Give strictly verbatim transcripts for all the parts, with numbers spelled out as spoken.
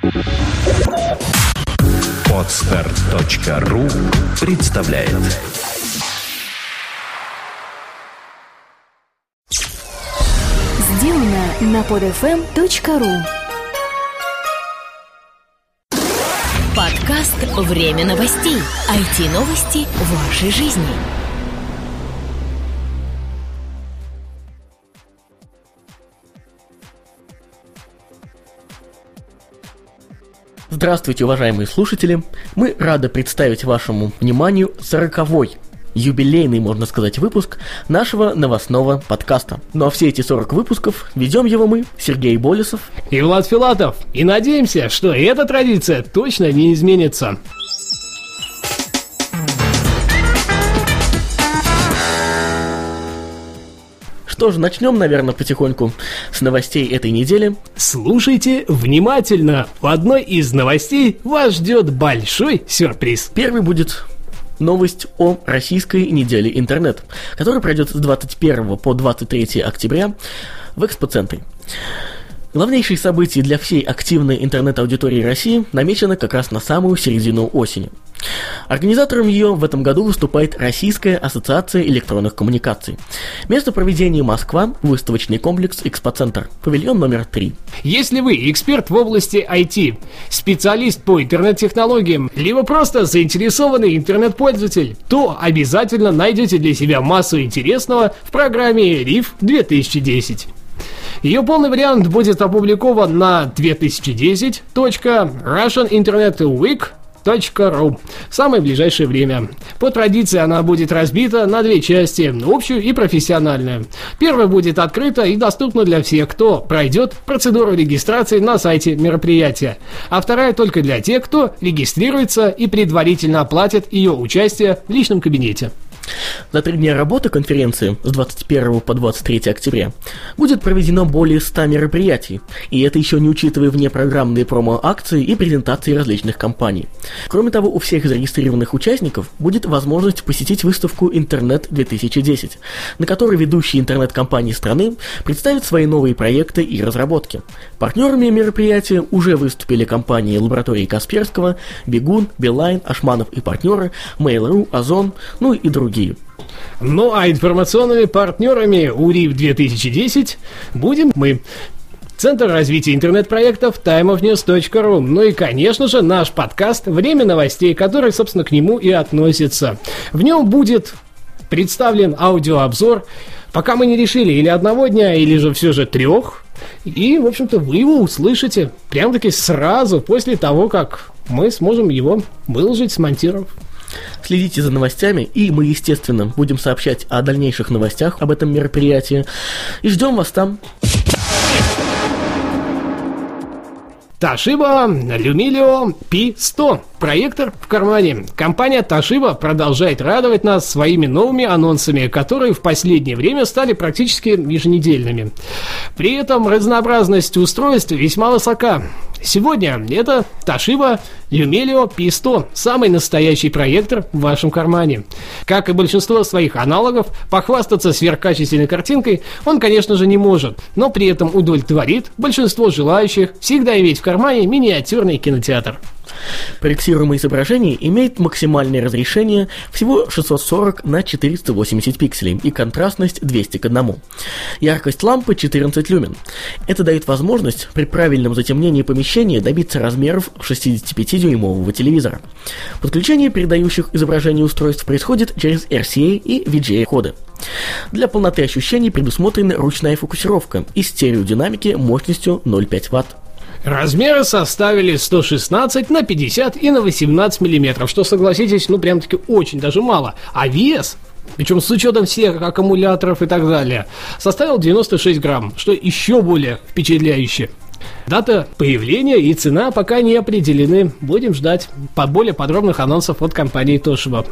Подстар точка ру представляет. Сделано на под эф эм точка ру. Подкаст «Время новостей». ай ти-новости вашей жизни. Здравствуйте, уважаемые слушатели! Мы рады представить вашему вниманию сороковой, юбилейный, можно сказать, выпуск нашего новостного подкаста. Ну а все эти сорок выпусков ведем его мы, Сергей Болесов и Влад Филатов. И надеемся, что эта традиция точно не изменится. Что же, начнем, наверное, потихоньку с новостей этой недели. Слушайте внимательно. В одной из новостей вас ждет большой сюрприз. Первый будет новость о российской неделе интернет, которая пройдет с двадцать первого по двадцать третье октября в Экспоцентре. Главнейшие события для всей активной интернет-аудитории России намечены как раз на самую середину осени. Организатором ее в этом году выступает Российская ассоциация электронных коммуникаций. Место проведения Москва, выставочный комплекс Экспоцентр, павильон номер три. Если вы эксперт в области ай ти, специалист по интернет-технологиям, либо просто заинтересованный интернет-пользователь, то обязательно найдете для себя массу интересного в программе риф две тысячи десять. Ее полный вариант будет опубликован на две тысячи десять точка russian internet week точка ру в самое ближайшее время. По традиции она будет разбита на две части, общую и профессиональную. Первая будет открыта и доступна для всех, кто пройдет процедуру регистрации на сайте мероприятия, а вторая только для тех, кто регистрируется и предварительно оплатит ее участие в личном кабинете. За три дня работы конференции с двадцать первого по двадцать третье октября будет проведено более ста мероприятий, и это еще не учитывая внепрограммные промо-акции и презентации различных компаний. Кроме того, у всех зарегистрированных участников будет возможность посетить выставку «Интернет две тысячи десять», на которой ведущие интернет-компании страны представят свои новые проекты и разработки. Партнерами мероприятия уже выступили компании лаборатории Касперского, Бегун, Билайн, Ашманов и партнеры, Mail.ru, Озон, ну и другие. Ну а информационными партнерами у риф две тысячи десять будем мы. Центр развития интернет-проектов тайм оф ньюс точка ру. Ну и, конечно же, наш подкаст «Время новостей», который, собственно, к нему и относится. В нем будет представлен аудиообзор, пока мы не решили, или одного дня, или же все же трех. И, в общем-то, вы его услышите прямо-таки сразу после того, как мы сможем его выложить, смонтировав. Следите за новостями, и мы, естественно, будем сообщать о дальнейших новостях об этом мероприятии. И ждем вас там. Toshiba Lumilio пи сто. Проектор в кармане. Компания Toshiba продолжает радовать нас своими новыми анонсами, которые в последнее время стали практически еженедельными. При этом разнообразность устройств весьма высока. Сегодня это Toshiba Lumilio пи сто, самый настоящий проектор в вашем кармане. Как и большинство своих аналогов, похвастаться сверхкачественной картинкой он, конечно же, не может, но при этом удовлетворит большинство желающих всегда иметь в кармане миниатюрный кинотеатр. Проектируемое изображение имеет максимальное разрешение всего шестьсот сорок на четыреста восемьдесят пикселей и контрастность двести к одному. Яркость лампы четырнадцать люмен. Это дает возможность при правильном затемнении помещения добиться размеров шестидесятипятидюймового телевизора. Подключение передающих изображение устройств происходит через эр си эй и ви джи эй-коды. Для полноты ощущений предусмотрена ручная фокусировка и стереодинамики мощностью ноль целых пять десятых ватт. Размеры составили сто шестнадцать на пятьдесят и на восемнадцать миллиметров, что, согласитесь, ну прям-таки очень даже мало. А вес, причем с учетом всех аккумуляторов и так далее, составил девяносто шесть грамм, что еще более впечатляюще. Дата появления и цена пока не определены. Будем ждать под более подробных анонсов от компании Toshiba.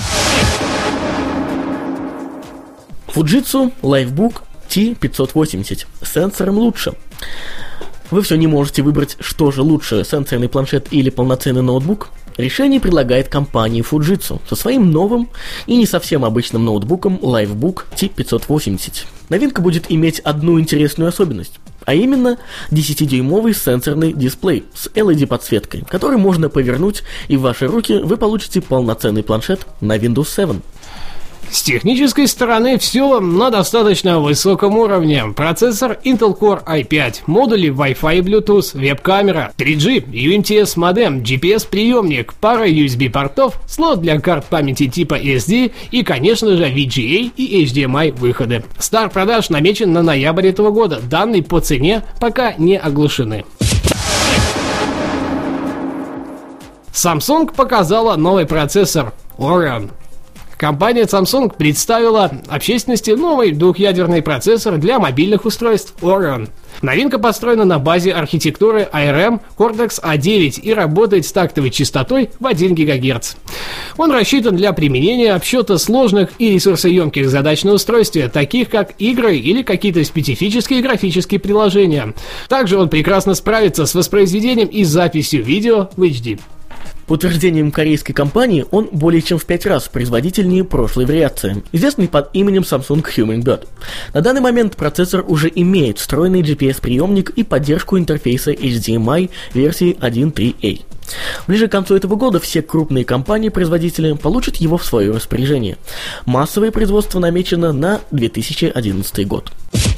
Fujitsu Livebook ти пятьсот восемьдесят. С сенсором лучше. Вы все не можете выбрать, что же лучше, сенсорный планшет или полноценный ноутбук? Решение предлагает компания Fujitsu со своим новым и не совсем обычным ноутбуком Livebook ти пятьсот восемьдесят. Новинка будет иметь одну интересную особенность. а именно десятидюймовый сенсорный дисплей с эл и ди-подсветкой, который можно повернуть, и в ваши руки вы получите полноценный планшет на Windows семь. С технической стороны все на достаточно высоком уровне. Процессор Intel Core ай пять, модули Wi-Fi и Bluetooth, веб-камера, три джи, ю эм ти эс модем, джи пи эс-приемник, пара ю эс би портов, слот для карт памяти типа эс ди и, конечно же, ви джи эй и эйч ди эм ай выходы. Старт продаж намечен на ноябрь этого года. Данные по цене пока не оглашены. Samsung показала новый процессор Orion. Компания Samsung представила общественности новый двухъядерный процессор для мобильных устройств Orion. Новинка построена на базе архитектуры эй ар эм Cortex а девять и работает с тактовой частотой в один гигагерц. Он рассчитан для применения обсчета сложных и ресурсоемких задач на устройстве, таких как игры или какие-то специфические графические приложения. Также он прекрасно справится с воспроизведением и записью видео в эйч ди. По утверждениям корейской компании, он более чем в пять раз производительнее прошлой вариации, известной под именем Samsung Hummingbird. На данный момент процессор уже имеет встроенный джи пи эс-приемник и поддержку интерфейса эйч ди эм ай версии один точка три эй. Ближе к концу этого года все крупные компании-производители получат его в свое распоряжение. Массовое производство намечено на две тысячи одиннадцатый год.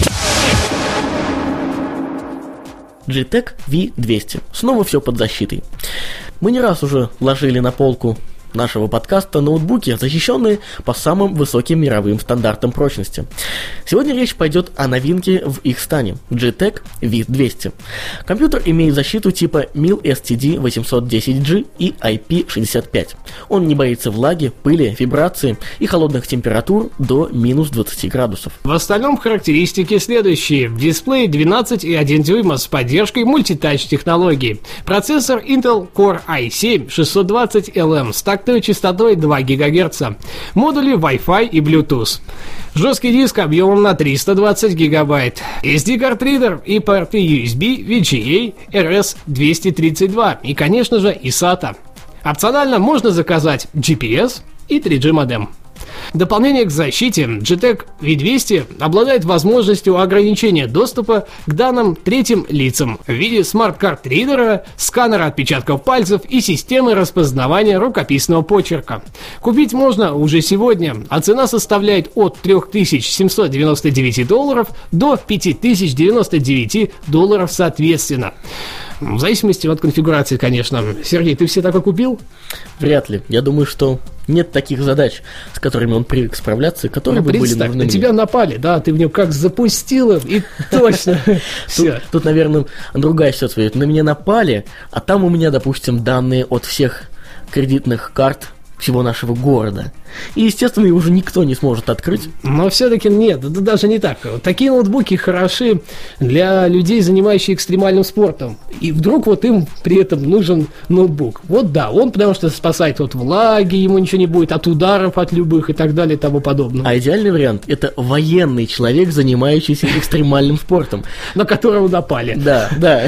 Getek ви двести. Снова все под защитой. Мы не раз уже ложили на полку нашего подкаста ноутбуки, защищенные по самым высоким мировым стандартам прочности. Сегодня речь пойдет о новинке в их стане – Getek ви двести. Компьютер имеет защиту типа мил эс ти ди восемьсот десять джи и ай пи шестьдесят пять. Он не боится влаги, пыли, вибрации и холодных температур до минус двадцать градусов. В остальном характеристики следующие. Дисплей двенадцать и один дюйма с поддержкой мультитач технологии. Процессор Intel Core ай семь шестьсот двадцать эл эм с тактовой частотой два гигагерца. Модули Wi-Fi и Bluetooth. Жесткий диск объемом на триста двадцать гигабайт. эс ди-картридер и порты ю эс би, ви джи эй, эр эс двести тридцать два и, конечно же, и сата. Опционально можно заказать джи пи эс и три джи модем. В дополнение к защите, Getek ви двести обладает возможностью ограничения доступа к данным третьим лицам в виде смарт-карт-ридера, сканера отпечатков пальцев и системы распознавания рукописного почерка. Купить можно уже сегодня, а цена составляет от три тысячи семьсот девяносто девять долларов до пять тысяч девяносто девять долларов соответственно. В зависимости от конфигурации, конечно. Сергей, ты все такое купил? Вряд ли. Я думаю, что нет таких задач, с которыми он привык справляться, которые ну, бы были нужны. На тебя напали, да, ты в него как запустил, и точно. Тут, наверное, другая ситуация. На меня напали, а там у меня, допустим, данные от всех кредитных карт всего нашего города. И, естественно, его уже никто не сможет открыть. Но все-таки нет, это даже не так. Такие ноутбуки хороши для людей, занимающихся экстремальным спортом. И вдруг вот им при этом нужен ноутбук. Вот да, он потому что спасает от влаги, ему ничего не будет, от ударов, от любых и так далее и тому подобное. А идеальный вариант – это военный человек, занимающийся экстремальным спортом. На которого напали. Да, да.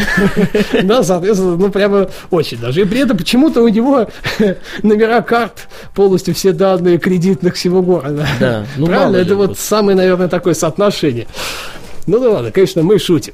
Да, соответственно, ну прямо очень даже. И при этом почему-то у него номера карт, полностью все данные кредитных всего города. Да, ну правильно, это вот самое, наверное, такое соотношение. Ну да ладно, конечно, мы шутим.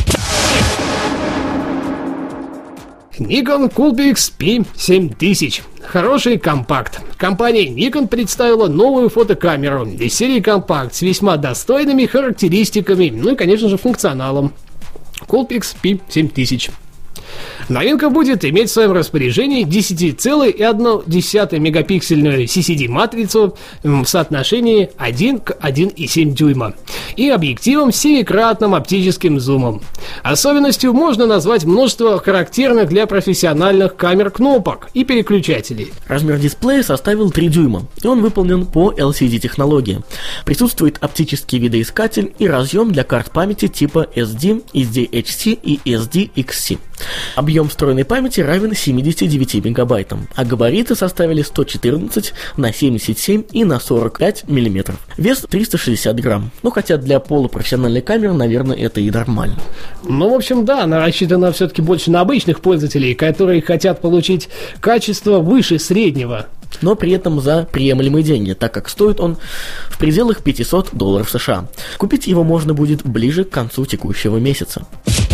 Nikon Coolpix пи семь тысяч. Хороший компакт. Компания Nikon представила новую фотокамеру из серии компакт с весьма достойными характеристиками, ну и, конечно же, функционалом. Coolpix пи семь тысяч. Новинка будет иметь в своем распоряжении десять целых одна десятая мегапиксельную си си ди-матрицу в соотношении один к один и семь дюйма и объективом с семикратным оптическим зумом. Особенностью можно назвать множество характерных для профессиональных камер кнопок и переключателей. Размер дисплея составил три дюйма, и он выполнен по эл си ди-технологии. Присутствует оптический видоискатель и разъем для карт памяти типа эс ди, эс ди эйч си и эс ди икс си. Объем встроенной памяти равен семидесяти девяти мегабайтам, а габариты составили сто четырнадцать на семьдесят семь и на сорок пять миллиметров. Вес триста шестьдесят грамм. Ну, хотя для полупрофессиональной камеры, наверное, это и нормально. Ну, в общем, да, она рассчитана все-таки больше на обычных пользователей, которые хотят получить качество выше среднего, но при этом за приемлемые деньги, так как стоит он в пределах пятьсот долларов США. Купить его можно будет ближе к концу текущего месяца.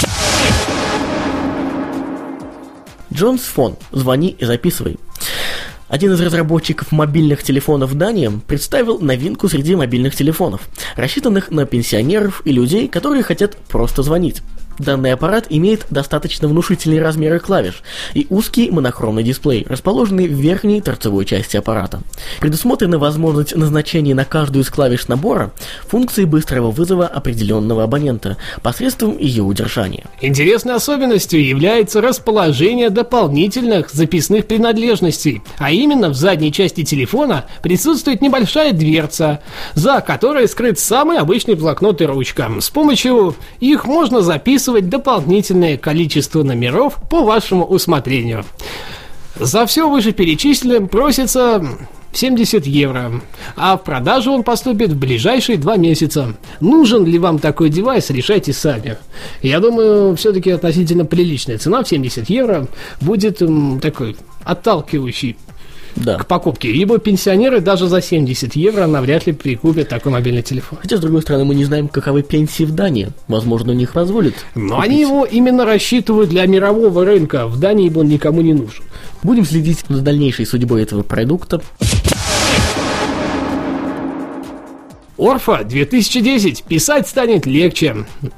Джонс Фон. Звони и записывай. Один из разработчиков мобильных телефонов Дании представил новинку среди мобильных телефонов, рассчитанных на пенсионеров и людей, которые хотят просто звонить. Данный аппарат имеет достаточно внушительные размеры клавиш и узкий монохромный дисплей, расположенный в верхней торцевой части аппарата. Предусмотрена возможность назначения на каждую из клавиш набора функции быстрого вызова определенного абонента посредством ее удержания. Интересной особенностью является расположение дополнительных записных принадлежностей, а именно в задней части телефона присутствует небольшая дверца, за которой скрыт самый обычный блокнот и ручка. С помощью их можно записывать дополнительное количество номеров по вашему усмотрению. За все вышеперечисленное просится семьдесят евро, а в продажу он поступит в ближайшие два месяца. Нужен ли вам такой девайс, решайте сами. Я думаю, все-таки относительно приличная цена в семьдесят евро будет м, такой отталкивающий. Да. К покупке, ибо пенсионеры даже за семьдесят евро навряд ли прикупят такой мобильный телефон. Хотя, с другой стороны, мы не знаем, каковы пенсии в Дании. Возможно, у них позволит. Но купить. Они его именно рассчитывают для мирового рынка. В Дании он никому не нужен. Будем следить за дальнейшей судьбой этого продукта. Орфа две тысячи десять. Писать станет легче.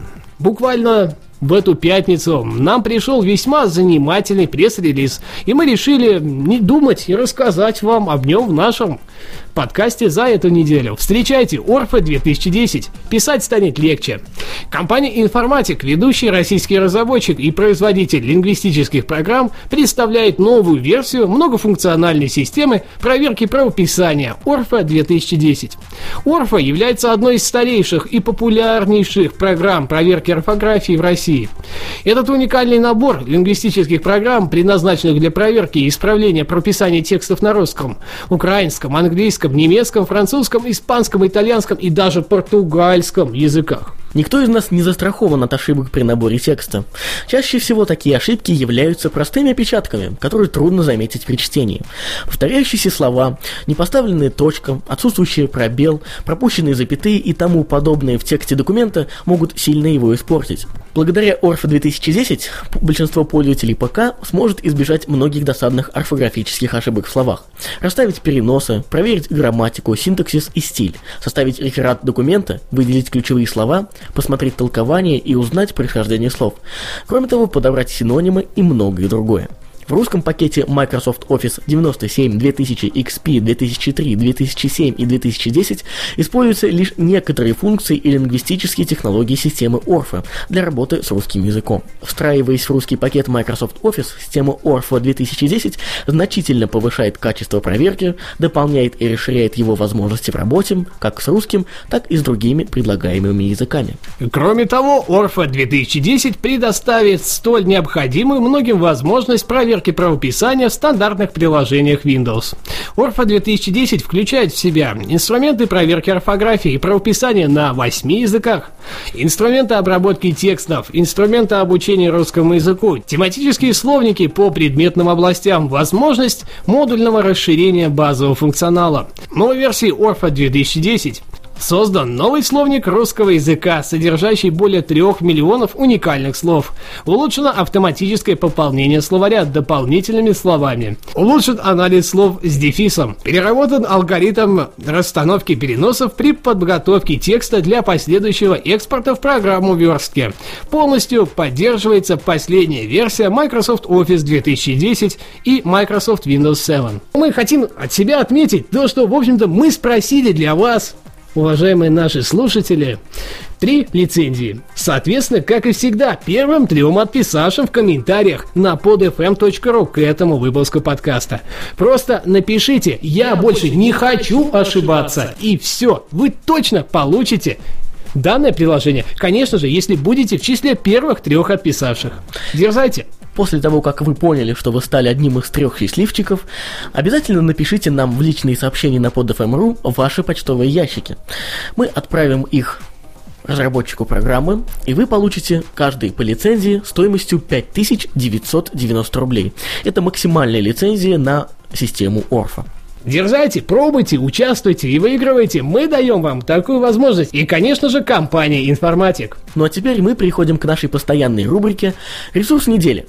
Буквально в эту пятницу нам пришел весьма занимательный пресс-релиз, и мы решили не думать и рассказать вам об нем в нашем подкасте за эту неделю. Встречайте, Орфа две тысячи десять. Писать станет легче. Компания Информатик, ведущий российский разработчик и производитель лингвистических программ, представляет новую версию многофункциональной системы проверки правописания Орфа две тысячи десять. Орфа является одной из старейших и популярнейших программ проверки орфографии в России. Этот уникальный набор лингвистических программ, предназначенных для проверки и исправления прописания текстов на русском, украинском, английском, немецком, французском, испанском, итальянском и даже португальском языках. Никто из нас не застрахован от ошибок при наборе текста. Чаще всего такие ошибки являются простыми опечатками, которые трудно заметить при чтении. Повторяющиеся слова, непоставленная точка, отсутствующий пробел, пропущенные запятые и тому подобное в тексте документа могут сильно его испортить. Благодаря Орфа две тысячи десять большинство пользователей ПК сможет избежать многих досадных орфографических ошибок в словах, расставить переносы, проверить грамматику, синтаксис и стиль, составить реферат документа, выделить ключевые слова, посмотреть толкование и узнать происхождение слов. Кроме того, подобрать синонимы и многое другое. В русском пакете Microsoft Office девяносто семь, две тысячи, икс пи, две тысячи три, две тысячи семь и две тысячи десять используются лишь некоторые функции и лингвистические технологии системы Орфа для работы с русским языком. Встраиваясь в русский пакет Microsoft Office, система Орфа две тысячи десять значительно повышает качество проверки, дополняет и расширяет его возможности в работе как с русским, так и с другими предлагаемыми языками. Кроме того, Орфа две тысячи десять предоставит столь необходимую многим возможность проверки правописания в стандартных приложениях Windows. Орфа две тысячи десять включает в себя инструменты проверки орфографии и правописания на восьми языках, инструменты обработки текстов, инструменты обучения русскому языку, тематические словники по предметным областям, возможность модульного расширения базового функционала. В новой версии Орфа две тысячи десять создан новый словник русского языка, содержащий более трех миллионов уникальных слов. Улучшено автоматическое пополнение словаря дополнительными словами. Улучшен анализ слов с дефисом. Переработан алгоритм расстановки переносов при подготовке текста для последующего экспорта в программу верстки. Полностью поддерживается последняя версия Microsoft Office две тысячи десять и Microsoft Windows семь. Мы хотим от себя отметить то, что, в общем-то, мы спросили для вас, уважаемые наши слушатели, три лицензии. Соответственно, как и всегда, первым трем отписавшим в комментариях на под эф эм точка ру к этому выпуску подкаста. Просто напишите: «Я больше не хочу ошибаться», и все, вы точно получите данное приложение. Конечно же, если будете в числе первых трех отписавших. Дерзайте! После того, как вы поняли, что вы стали одним из трех счастливчиков, обязательно напишите нам в личные сообщения на под эф эм точка ру ваши почтовые ящики. Мы отправим их разработчику программы, и вы получите каждый по лицензии стоимостью пять тысяч девятьсот девяносто рублей. Это максимальная лицензия на систему Орфа. Дерзайте, пробуйте, участвуйте и выигрывайте. Мы даем вам такую возможность. И, конечно же, компания «Информатик». Ну а теперь мы переходим к нашей постоянной рубрике «Ресурс недели».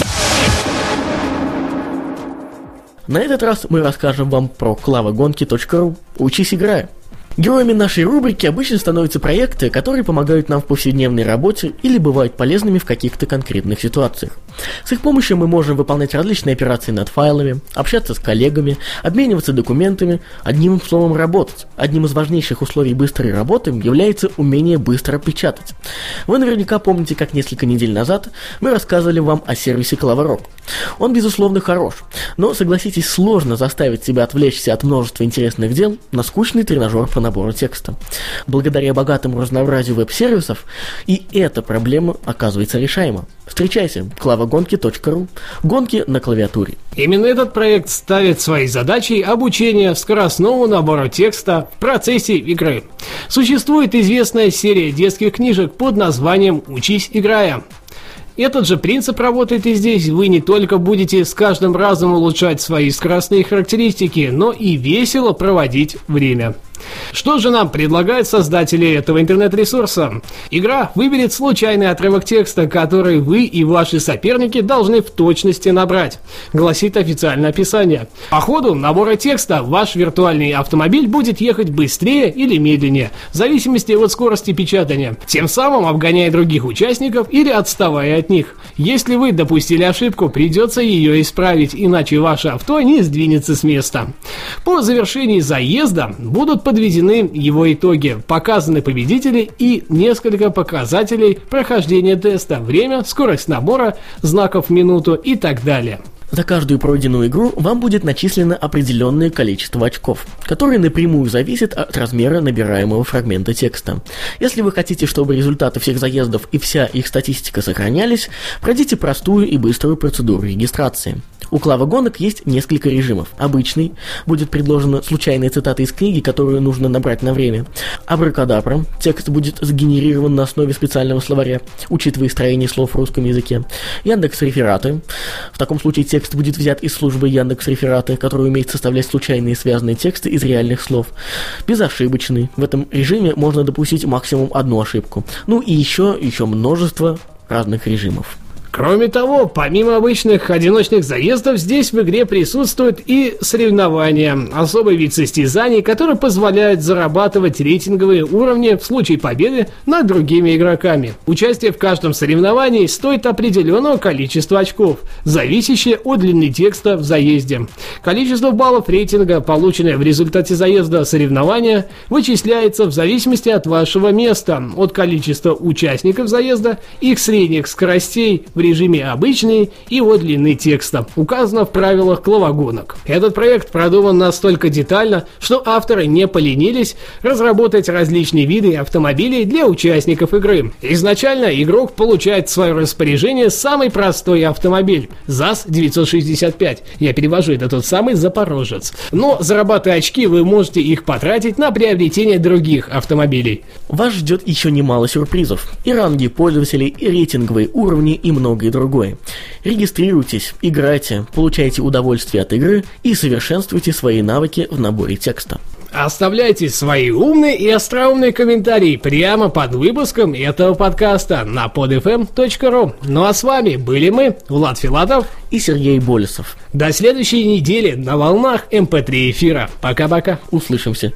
На этот раз мы расскажем вам про клавагонки точка ру. Учись, играя. Героями нашей рубрики обычно становятся проекты, которые помогают нам в повседневной работе или бывают полезными в каких-то конкретных ситуациях. С их помощью мы можем выполнять различные операции над файлами, общаться с коллегами, обмениваться документами, одним словом работать. Одним из важнейших условий быстрой работы является умение быстро печатать. Вы наверняка помните, как несколько недель назад мы рассказывали вам о сервисе Клаворок. Он, безусловно, хорош, но, согласитесь, сложно заставить себя отвлечься от множества интересных дел на скучный тренажер по набору текста. Благодаря богатому разнообразию веб-сервисов и эта проблема оказывается решаема. Встречайся, клавагонки точка ру. Гонки на клавиатуре. Именно этот проект ставит своей задачей обучение скоростному набору текста в процессе игры. Существует известная серия детских книжек под названием «Учись, играя». Этот же принцип работает и здесь. Вы не только будете с каждым разом улучшать свои скоростные характеристики, но и весело проводить время. Что же нам предлагают создатели этого интернет-ресурса? Игра выберет случайный отрывок текста, который вы и ваши соперники должны в точности набрать, гласит официальное описание. По ходу набора текста ваш виртуальный автомобиль будет ехать быстрее или медленнее, в зависимости от скорости печатания, тем самым обгоняя других участников или отставая от них. Если вы допустили ошибку, придется ее исправить, иначе ваше авто не сдвинется с места. По завершении заезда будут подведены его итоги, показаны победители и несколько показателей прохождения теста: время, скорость набора, знаков в минуту и так далее. За каждую пройденную игру вам будет начислено определенное количество очков, которые напрямую зависят от размера набираемого фрагмента текста. Если вы хотите, чтобы результаты всех заездов и вся их статистика сохранялись, пройдите простую и быструю процедуру регистрации. У клавагонок есть несколько режимов. Обычный, будет предложена случайная цитата из книги, которую нужно набрать на время. Абракадабра, текст будет сгенерирован на основе специального словаря, учитывая строение слов в русском языке. Яндекс.Рефераты, в таком случае текст будет взят из службы Яндекс.Рефераты, которая умеет составлять случайные связанные тексты из реальных слов. Безошибочный, в этом режиме можно допустить максимум одну ошибку. Ну и еще, еще множество разных режимов. Кроме того, помимо обычных одиночных заездов, здесь в игре присутствуют и соревнования, особый вид состязаний, который позволяет зарабатывать рейтинговые уровни в случае победы над другими игроками. Участие в каждом соревновании стоит определенного количества очков, зависящее от длины текста в заезде. Количество баллов рейтинга, полученное в результате заезда соревнования, вычисляется в зависимости от вашего места, от количества участников заезда, их средних скоростей в режиме обычный и от длины текста, указано в правилах клавагонок. Этот проект продуман настолько детально, что авторы не поленились разработать различные виды автомобилей для участников игры. Изначально игрок получает в свое распоряжение самый простой автомобиль ЗАЗ девятьсот шестьдесят пять. Я перевожу, это тот самый Запорожец. Но, зарабатывая очки, вы можете их потратить на приобретение других автомобилей. Вас ждет еще немало сюрпризов. И ранги пользователей, и рейтинговые уровни, и многое другое. Регистрируйтесь, играйте, получайте удовольствие от игры и совершенствуйте свои навыки в наборе текста. Оставляйте свои умные и остроумные комментарии прямо под выпуском этого подкаста на под эф эм точка ру. Ну а с вами были мы, Влад Филатов и Сергей Болесов. До следующей недели на волнах эм пэ три эфира. Пока-пока. Услышимся.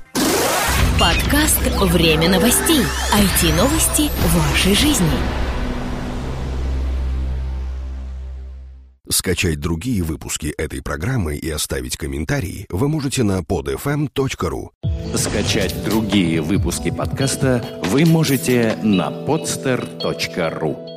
Подкаст «Время новостей». ай ти-новости вашей жизни. Скачать другие выпуски этой программы и оставить комментарии вы можете на под эф эм точка ру. Скачать другие выпуски подкаста вы можете на подстер точка ру.